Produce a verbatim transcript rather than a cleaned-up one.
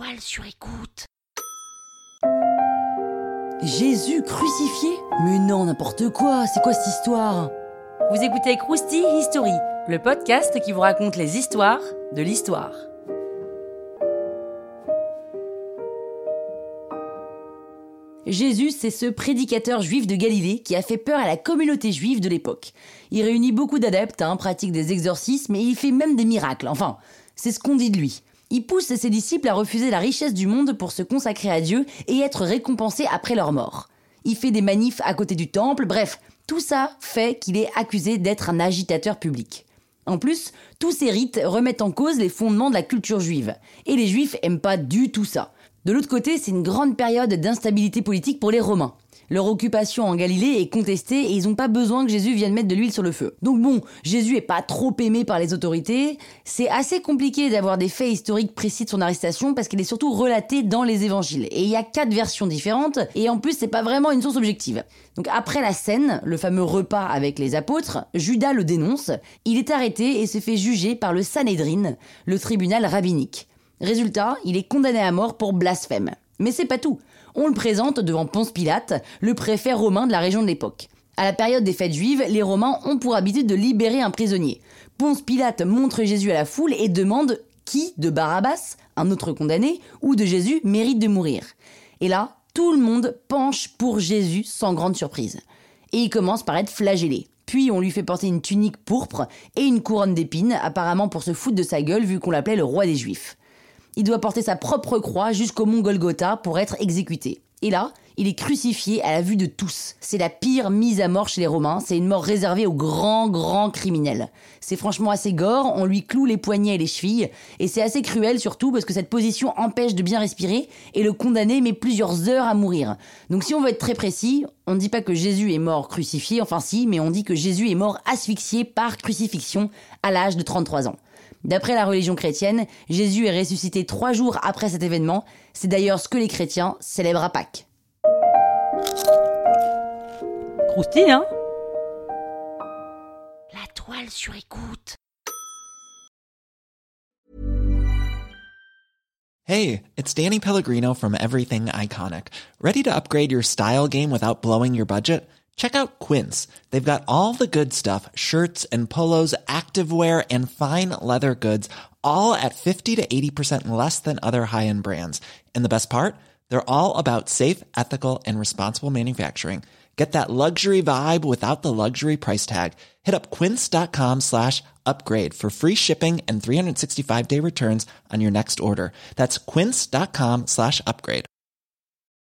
toile sur écoute. Jésus crucifié ? Mais non, n'importe quoi, c'est quoi cette histoire ? Vous écoutez Krusty History, le podcast qui vous raconte les histoires de l'histoire. Jésus, c'est ce prédicateur juif de Galilée qui a fait peur à la communauté juive de l'époque. Il réunit beaucoup d'adeptes, hein, pratique des exorcismes et il fait même des miracles. Enfin, c'est ce qu'on dit de lui. Il pousse ses disciples à refuser la richesse du monde pour se consacrer à Dieu et être récompensés après leur mort. Il fait des manifs à côté du temple, bref, tout ça fait qu'il est accusé d'être un agitateur public. En plus, tous ces rites remettent en cause les fondements de la culture juive. Et les juifs aiment pas du tout ça. De l'autre côté, c'est une grande période d'instabilité politique pour les Romains. Leur occupation en Galilée est contestée et ils n'ont pas besoin que Jésus vienne mettre de l'huile sur le feu. Donc bon, Jésus est pas trop aimé par les autorités. C'est assez compliqué d'avoir des faits historiques précis de son arrestation parce qu'il est surtout relaté dans les évangiles. Et il y a quatre versions différentes et en plus c'est pas vraiment une source objective. Donc après la scène, le fameux repas avec les apôtres, Judas le dénonce. Il est arrêté et se fait juger par le Sanhédrin, le tribunal rabbinique. Résultat, il est condamné à mort pour blasphème. Mais c'est pas tout. On le présente devant Ponce Pilate, le préfet romain de la région de l'époque. À la période des fêtes juives, les Romains ont pour habitude de libérer un prisonnier. Ponce Pilate montre Jésus à la foule et demande qui de Barabbas, un autre condamné, ou de Jésus mérite de mourir. Et là, tout le monde penche pour Jésus sans grande surprise. Et il commence par être flagellé. Puis on lui fait porter une tunique pourpre et une couronne d'épines, apparemment pour se foutre de sa gueule vu qu'on l'appelait le roi des Juifs. Il doit porter sa propre croix jusqu'au mont Golgotha pour être exécuté. Et là, il est crucifié à la vue de tous. C'est la pire mise à mort chez les Romains, c'est une mort réservée aux grands, grands criminels. C'est franchement assez gore, on lui cloue les poignets et les chevilles, et c'est assez cruel surtout parce que cette position empêche de bien respirer, et le condamné met plusieurs heures à mourir. Donc si on veut être très précis, on ne dit pas que Jésus est mort crucifié, enfin si, mais on dit que Jésus est mort asphyxié par crucifixion à l'âge de trente-trois ans. D'après la religion chrétienne, Jésus est ressuscité trois jours après cet événement. C'est d'ailleurs ce que les chrétiens célèbrent à Pâques. Krusty, hein ? La toile sur écoute. Hey, it's Danny Pellegrino from Everything Iconic. Ready to upgrade your style game without blowing your budget? Check out Quince. They've got all the good stuff, shirts and polos, activewear, and fine leather goods, all at fifty to eighty percent less than other high-end brands. And the best part? They're all about safe, ethical, and responsible manufacturing. Get that luxury vibe without the luxury price tag. Hit up quince.com slash upgrade for free shipping and three sixty-five day returns on your next order. That's quince.com slash upgrade.